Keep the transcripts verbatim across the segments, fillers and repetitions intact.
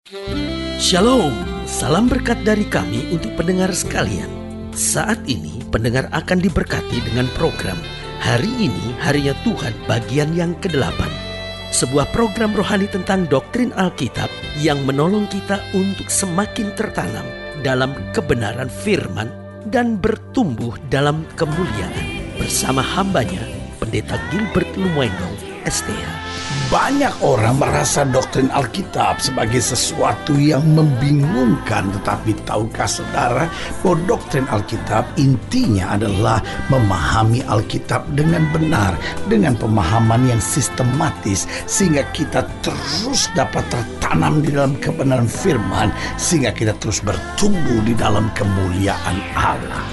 Shalom, salam berkat dari kami untuk pendengar sekalian. Saat ini pendengar akan diberkati dengan program Hari Ini Harinya Tuhan bagian yang kedelapan. Sebuah program rohani tentang doktrin Alkitab yang menolong kita untuk semakin tertanam dalam kebenaran firman dan bertumbuh dalam kemuliaan. Bersama hambanya, Pendeta Gilbert Lumendo, S T H. Banyak orang merasa doktrin Alkitab sebagai sesuatu yang membingungkan. Tetapi tahukah saudara bahwa doktrin Alkitab intinya adalah memahami Alkitab dengan benar, dengan pemahaman yang sistematis, sehingga kita terus dapat tertanam di dalam kebenaran firman, sehingga kita terus bertumbuh di dalam kemuliaan Allah.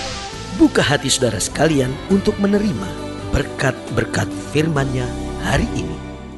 Buka hati saudara sekalian untuk menerima berkat-berkat firman-Nya hari ini.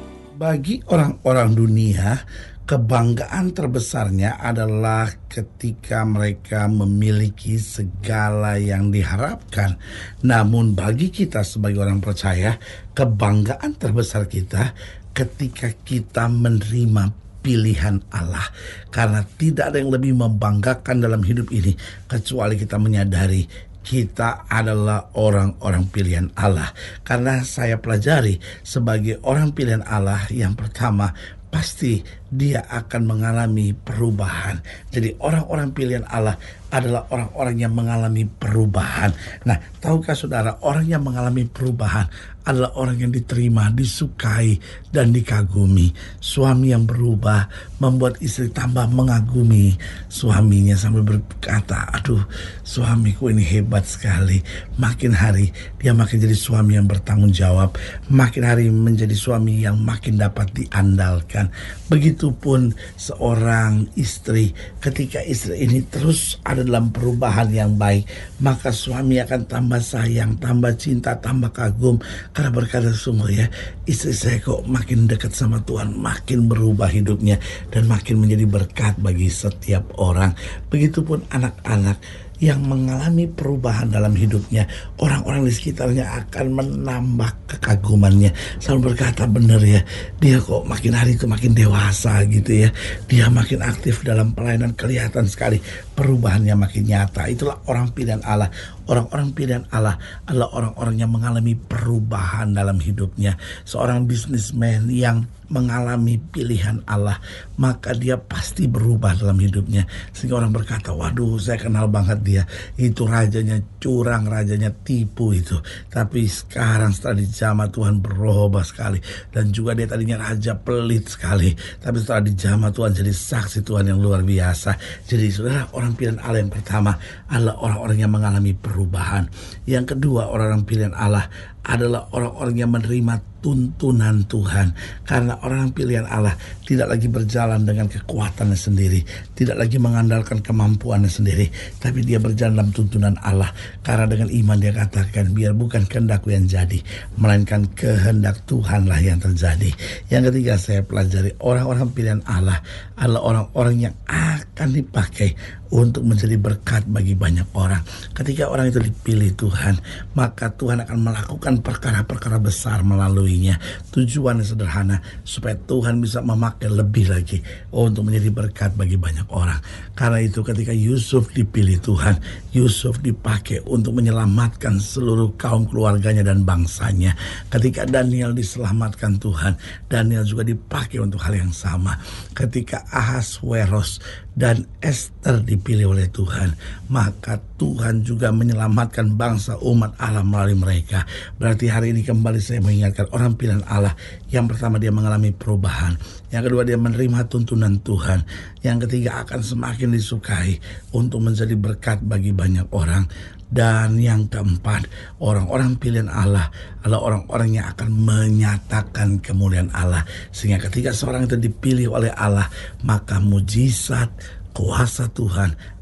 Bagi orang-orang dunia, kebanggaan terbesarnya adalah ketika mereka memiliki segala yang diharapkan. Namun bagi kita sebagai orang percaya, kebanggaan terbesar kita ketika kita menerima pilihan Allah. Karena tidak ada yang lebih membanggakan dalam hidup ini kecuali kita menyadari kita adalah orang-orang pilihan Allah. Karena saya pelajari sebagai orang pilihan Allah, yang pertama pasti dia akan mengalami perubahan. Jadi orang-orang pilihan Allah adalah orang-orang yang mengalami perubahan. Nah, tahukah saudara, orang yang mengalami perubahan adalah orang yang diterima, disukai, dan dikagumi. Suami yang berubah membuat istri tambah mengagumi suaminya sambil berkata, aduh, suamiku ini hebat sekali. Makin hari dia makin jadi suami yang bertanggung jawab, makin hari menjadi suami yang makin dapat diandalkan. Begitupun seorang istri, ketika istri ini terus ada dalam perubahan yang baik, maka suami akan tambah sayang, tambah cinta, tambah kagum. Karena berkata, sungguh ya, istri saya kok makin dekat sama Tuhan, makin berubah hidupnya, dan makin menjadi berkat bagi setiap orang. Begitupun anak-anak yang mengalami perubahan dalam hidupnya, orang-orang di sekitarnya akan menambah kekagumannya, selalu berkata, benar ya, dia kok makin hari itu makin dewasa gitu ya, dia makin aktif dalam pelayanan, kelihatan sekali perubahannya makin nyata. Itulah orang pilihan Allah. Orang-orang pilihan Allah adalah orang-orang yang mengalami perubahan dalam hidupnya. Seorang bisnismen yang mengalami pilihan Allah, maka dia pasti berubah dalam hidupnya. Sehingga orang berkata, waduh, saya kenal banget dia. Itu rajanya curang, rajanya tipu itu. Tapi sekarang setelah dijamah Tuhan berubah sekali. Dan juga dia tadinya raja pelit sekali, tapi setelah dijamah Tuhan jadi saksi Tuhan yang luar biasa. Jadi saudara, orang pilihan Allah yang pertama adalah orang-orang yang mengalami perubahan. Yang kedua, orang-orang pilihan Allah adalah orang-orang yang menerima tuntunan Tuhan. Karena orang pilihan Allah tidak lagi berjalan dengan kekuatannya sendiri, tidak lagi mengandalkan kemampuannya sendiri, tapi dia berjalan dalam tuntunan Allah. Karena dengan iman dia katakan, biar bukan kehendakku yang jadi, melainkan kehendak Tuhanlah yang terjadi. Yang ketiga, saya pelajari orang-orang pilihan Allah adalah orang-orang yang akan dipakai untuk menjadi berkat bagi banyak orang. Ketika orang itu dipilih Tuhan, maka Tuhan akan melakukan perkara-perkara besar melaluinya. Tujuannya sederhana, supaya Tuhan bisa memakai lebih lagi untuk menjadi berkat bagi banyak orang. Karena itu ketika Yusuf dipilih Tuhan, Yusuf dipakai untuk menyelamatkan seluruh kaum keluarganya dan bangsanya. Ketika Daniel diselamatkan Tuhan, Daniel juga dipakai untuk hal yang sama. Ketika Ahasweros dan Esther dipilih oleh Tuhan, maka Tuhan juga menyelamatkan bangsa umat Allah melalui mereka. Berarti hari ini kembali saya mengingatkan orang pilihan Allah. Yang pertama, dia mengalami perubahan. Yang kedua, dia menerima tuntunan Tuhan. Yang ketiga, akan semakin disukai untuk menjadi berkat bagi banyak orang. Dan yang keempat, orang-orang pilihan Allah adalah orang-orang yang akan menyatakan kemuliaan Allah. Sehingga ketika seorang itu dipilih oleh Allah, maka mujizat, kuasa Tuhan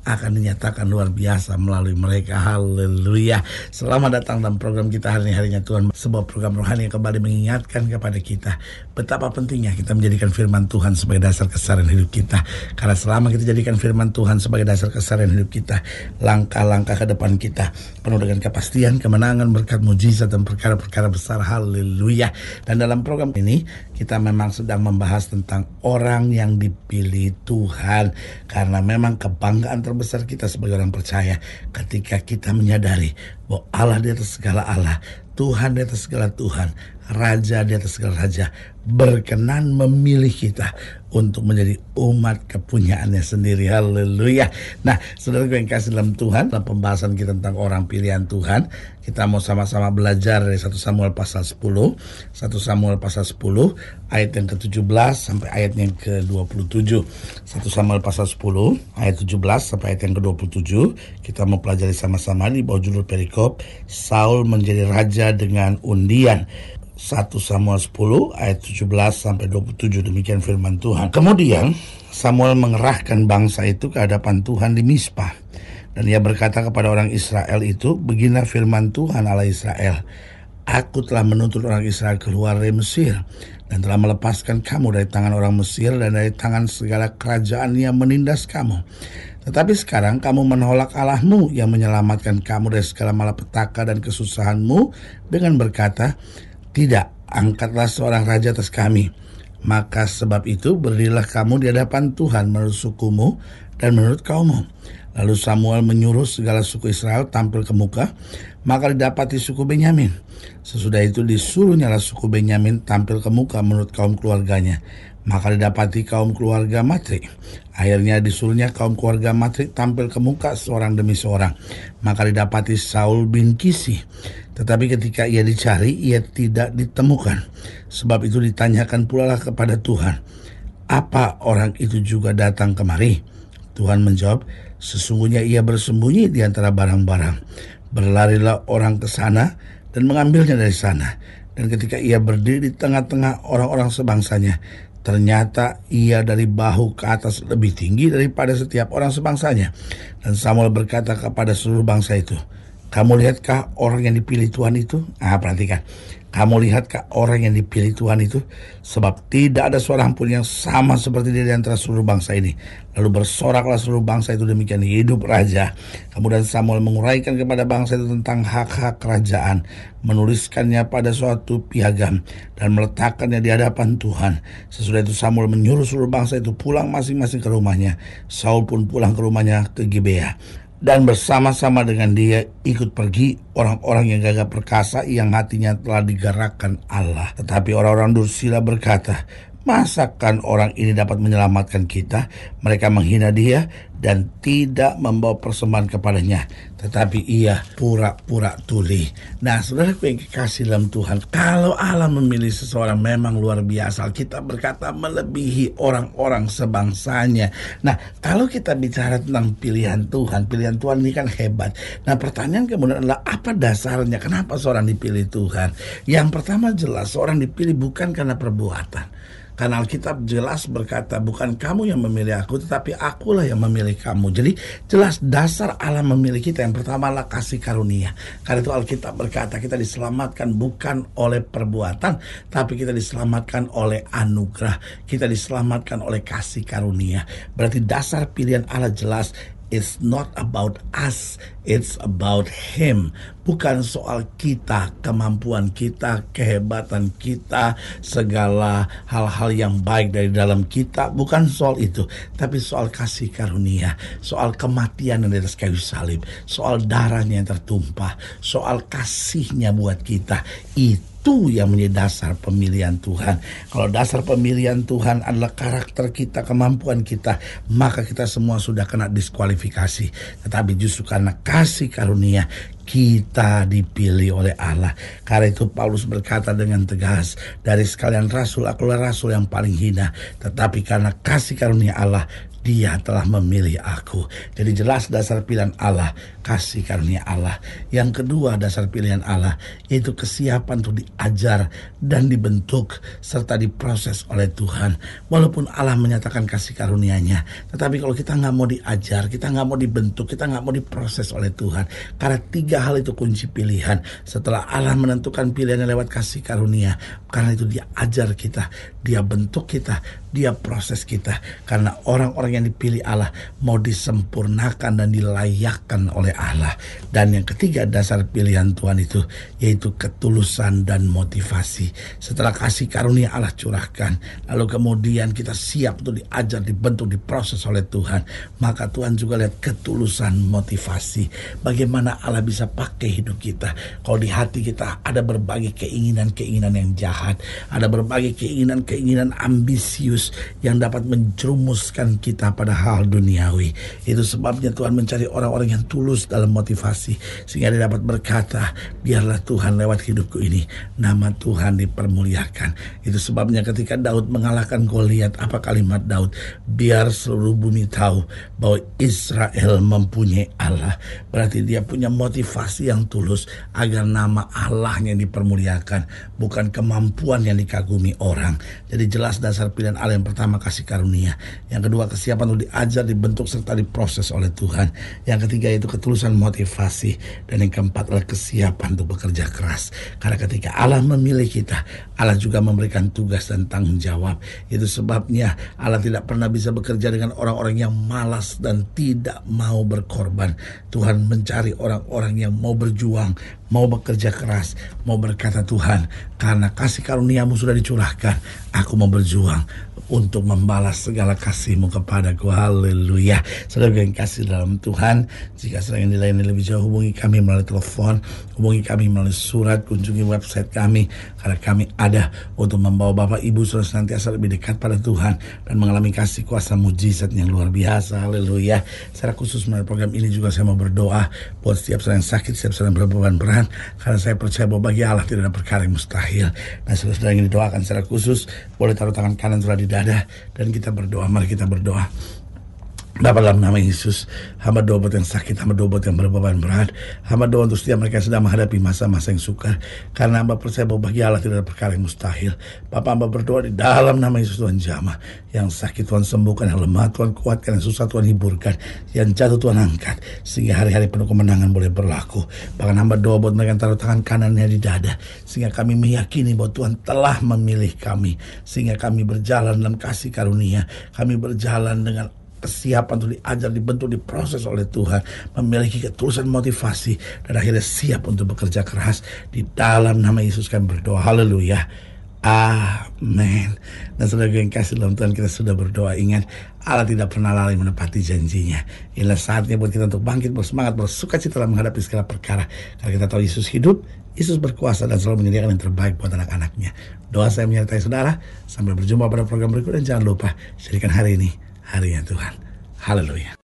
akan dinyatakan luar biasa melalui mereka. Haleluya. Selamat datang dalam program kita hari ini, Harinya Tuhan, sebuah program rohani yang kembali mengingatkan kepada kita betapa pentingnya kita menjadikan firman Tuhan sebagai dasar keseharian hidup kita. Karena selama kita jadikan firman Tuhan sebagai dasar keseharian hidup kita, langkah-langkah ke depan kita penuh dengan kepastian, kemenangan, berkat, mujizat, dan perkara-perkara besar. Haleluya. Dan dalam program ini kita memang sedang membahas tentang orang yang dipilih Tuhan. Karena memang kebanggaan terbesar kita sebagai orang percaya ketika kita menyadari bahwa Allah di atas segala Allah, Tuhan di atas segala Tuhan, Raja di atas segala Raja, berkenan memilih kita untuk menjadi umat kepunyaannya sendiri. Haleluya. Nah, saudara yang kasih dalam Tuhan, dalam pembahasan kita tentang orang pilihan Tuhan, kita mau sama-sama belajar dari satu Samuel pasal sepuluh, satu Samuel pasal sepuluh ayat yang ke tujuh belas sampai ayat yang ke dua puluh tujuh. satu Samuel pasal sepuluh ayat tujuh belas sampai ayat yang ke dua puluh tujuh. Kita mau pelajari sama-sama di bawah judul perikop Saul menjadi raja dengan undian. satu Samuel sepuluh ayat tujuh belas sampai dua puluh tujuh, demikian firman Tuhan. Kemudian Samuel mengerahkan bangsa itu ke hadapan Tuhan di Mizpah, dan ia berkata kepada orang Israel itu, beginilah firman Tuhan Allah Israel, aku telah menuntut orang Israel keluar dari Mesir dan telah melepaskan kamu dari tangan orang Mesir dan dari tangan segala kerajaan yang menindas kamu. Tetapi sekarang kamu menolak Allahmu yang menyelamatkan kamu dari segala malapetaka dan kesusahanmu dengan berkata, tidak, angkatlah seorang raja atas kami. Maka sebab itu berdirilah kamu di hadapan Tuhan menurut sukumu dan menurut kaummu. Lalu Samuel menyuruh segala suku Israel tampil ke muka, maka didapati suku Benyamin. Sesudah itu disuruhnyalah suku Benyamin tampil ke muka menurut kaum keluarganya. Maka didapati kaum keluarga Matri. Akhirnya disuruhnya kaum keluarga Matri tampil ke muka seorang demi seorang. Maka didapati Saul bin Kisi. Tetapi ketika ia dicari, ia tidak ditemukan. Sebab itu ditanyakan pula lah kepada Tuhan, apa orang itu juga datang kemari? Tuhan menjawab, sesungguhnya ia bersembunyi di antara barang-barang. Berlarilah orang ke sana dan mengambilnya dari sana. Dan ketika ia berdiri di tengah-tengah orang-orang sebangsanya, ternyata ia dari bahu ke atas lebih tinggi daripada setiap orang sebangsanya. Dan Samuel berkata kepada seluruh bangsa itu, kamu lihatkah orang yang dipilih Tuhan itu? Ah, perhatikan. Kamu lihatkah orang yang dipilih Tuhan itu? Sebab tidak ada seorang pun yang sama seperti dia di antara seluruh bangsa ini. Lalu bersoraklah seluruh bangsa itu, demikian hidup raja. Kemudian Samuel menguraikan kepada bangsa itu tentang hak-hak kerajaan, menuliskannya pada suatu piagam dan meletakkannya di hadapan Tuhan. Sesudah itu Samuel menyuruh seluruh bangsa itu pulang masing-masing ke rumahnya. Saul pun pulang ke rumahnya ke Gibea. Dan bersama-sama dengan dia ikut pergi orang-orang yang gagah perkasa yang hatinya telah digerakkan Allah. Tetapi orang-orang dursila berkata, masakan orang ini dapat menyelamatkan kita? Mereka menghina dia dan tidak membawa persembahan kepadanya, tetapi ia pura-pura tuli. Nah, saudaraku yang kekasih dalam Tuhan, kalau Allah memilih seseorang memang luar biasa. Kita berkata melebihi orang-orang sebangsanya. Nah, kalau kita bicara tentang pilihan Tuhan, pilihan Tuhan ini kan hebat. Nah, pertanyaan kemudian adalah apa dasarnya? Kenapa seorang dipilih Tuhan? Yang pertama jelas seorang dipilih bukan karena perbuatan. Karena Alkitab jelas berkata, bukan kamu yang memilih aku, tetapi akulah yang memilih kamu. Jadi jelas dasar Allah memilih kita yang pertama adalah kasih karunia. Karena itu Alkitab berkata kita diselamatkan bukan oleh perbuatan, tapi kita diselamatkan oleh anugerah. Kita diselamatkan oleh kasih karunia. Berarti dasar pilihan Allah jelas. It's not about us, it's about Him. Bukan soal kita, kemampuan kita, kehebatan kita, segala hal-hal yang baik dari dalam kita. Bukan soal itu, tapi soal kasih karunia, soal kematian yang di atas kayu salib, soal darahnya yang tertumpah, soal kasihnya buat kita. Itu yang menjadi dasar pemilihan Tuhan. Kalau dasar pemilihan Tuhan adalah karakter kita, kemampuan kita, maka kita semua sudah kena diskualifikasi. Tetapi justru karena kasih karunia, kita dipilih oleh Allah. Karena itu Paulus berkata dengan tegas, dari sekalian rasul, akulah rasul yang paling hina. Tetapi karena kasih karunia Allah, Dia telah memilih aku. Jadi jelas dasar pilihan Allah, kasih karunia Allah. Yang kedua dasar pilihan Allah, yaitu kesiapan untuk diajar dan dibentuk serta diproses oleh Tuhan. Walaupun Allah menyatakan kasih karunia-Nya, tetapi kalau kita nggak mau diajar, kita nggak mau dibentuk, kita nggak mau diproses oleh Tuhan. Karena tiga hal itu kunci pilihan. Setelah Allah menentukan pilihannya lewat kasih karunia, karena itu Dia ajar kita, Dia bentuk kita, Dia proses kita. Karena orang-orang yang dipilih Allah mau disempurnakan dan dilayakkan oleh Allah. Dan yang ketiga dasar pilihan Tuhan itu yaitu ketulusan dan motivasi. Setelah kasih karunia Allah curahkan, lalu kemudian kita siap untuk diajar, dibentuk, diproses oleh Tuhan, maka Tuhan juga lihat ketulusan motivasi. Bagaimana Allah bisa pakai hidup kita. Kalau di hati kita ada berbagai keinginan-keinginan yang jahat, ada berbagai keinginan-keinginan ambisius yang dapat menjerumuskan kita pada hal duniawi. Itu sebabnya Tuhan mencari orang-orang yang tulus dalam motivasi, sehingga dia dapat berkata, biarlah Tuhan lewat hidupku ini nama Tuhan dipermuliakan. Itu sebabnya ketika Daud mengalahkan Goliat, apa kalimat Daud? Biar seluruh bumi tahu bahwa Israel mempunyai Allah. Berarti dia punya motivasi yang tulus agar nama Allahnya dipermuliakan, bukan kemampuan yang dikagumi orang. Jadi jelas dasar pilihan Allah, yang pertama kasih karunia, yang kedua kesiapan untuk diajar, dibentuk serta diproses oleh Tuhan, yang ketiga itu ketulusan motivasi, dan yang keempat adalah kesiapan untuk bekerja keras. Karena ketika Allah memilih kita, Allah juga memberikan tugas dan tanggung jawab. Itu sebabnya Allah tidak pernah bisa bekerja dengan orang-orang yang malas dan tidak mau berkorban. Tuhan mencari orang-orang yang mau berjuang, mau bekerja keras, mau berkata, Tuhan, karena kasih karuniamu sudah dicurahkan, aku mau berjuang untuk membalas segala kasih-Mu kepadaku. Haleluya. Saudara yang kasih dalam Tuhan, jika sedang dilayani lebih jauh, hubungi kami melalui telepon, hubungi kami melalui surat, kunjungi website kami, karena kami ada untuk membawa Bapak Ibu saudara senantiasa lebih dekat pada Tuhan dan mengalami kasih kuasa mujizat yang luar biasa. Haleluya. Secara khusus melalui program ini juga saya mau berdoa buat setiap saudara yang sakit, setiap saudara yang berbeban berat, karena saya percaya bahwa bagi Allah tidak ada perkara yang mustahil. Nah, saudara yang didoakan secara khusus boleh taruh tangan kanan saudara di dada dan kita berdoa. Mari kita berdoa. Bapa, dalam nama Yesus, hamba doa buat yang sakit, hamba doa buat yang berbeban berat, hamba doa untuk setiap mereka yang sedang menghadapi masa-masa yang sukar, karena hamba percaya bahwa bagi Allah tidak ada perkara yang mustahil. Bapa, hamba berdoa di dalam nama Yesus, Tuhan jamah, yang sakit Tuhan sembuhkan, yang lemah Tuhan kuatkan, yang susah Tuhan hiburkan, yang jatuh Tuhan angkat, sehingga hari-hari penuh kemenangan boleh berlaku. Bahkan hamba doa buat mereka yang taruh tangan kanannya di dada, sehingga kami meyakini bahwa Tuhan telah memilih kami, sehingga kami berjalan dalam kasih karunia, kami berjalan dengan kesiapan untuk diajar, dibentuk, diproses oleh Tuhan, memiliki ketulusan motivasi, dan akhirnya siap untuk bekerja keras. Di dalam nama Yesus kami berdoa. Haleluya. Amin. Dan saudara yang kasih dalam Tuhan, kita sudah berdoa. Ingat, Allah tidak pernah lalai menepati janjinya. Inilah saatnya buat kita untuk bangkit, bersemangat, bersuka cita dalam menghadapi segala perkara. Karena kita tahu Yesus hidup, Yesus berkuasa dan selalu menyediakan yang terbaik buat anak-anaknya. Doa saya menyertai saudara. Sampai berjumpa pada program berikut, dan jangan lupa jadikan hari ini hari yang Tuhan. Haleluya.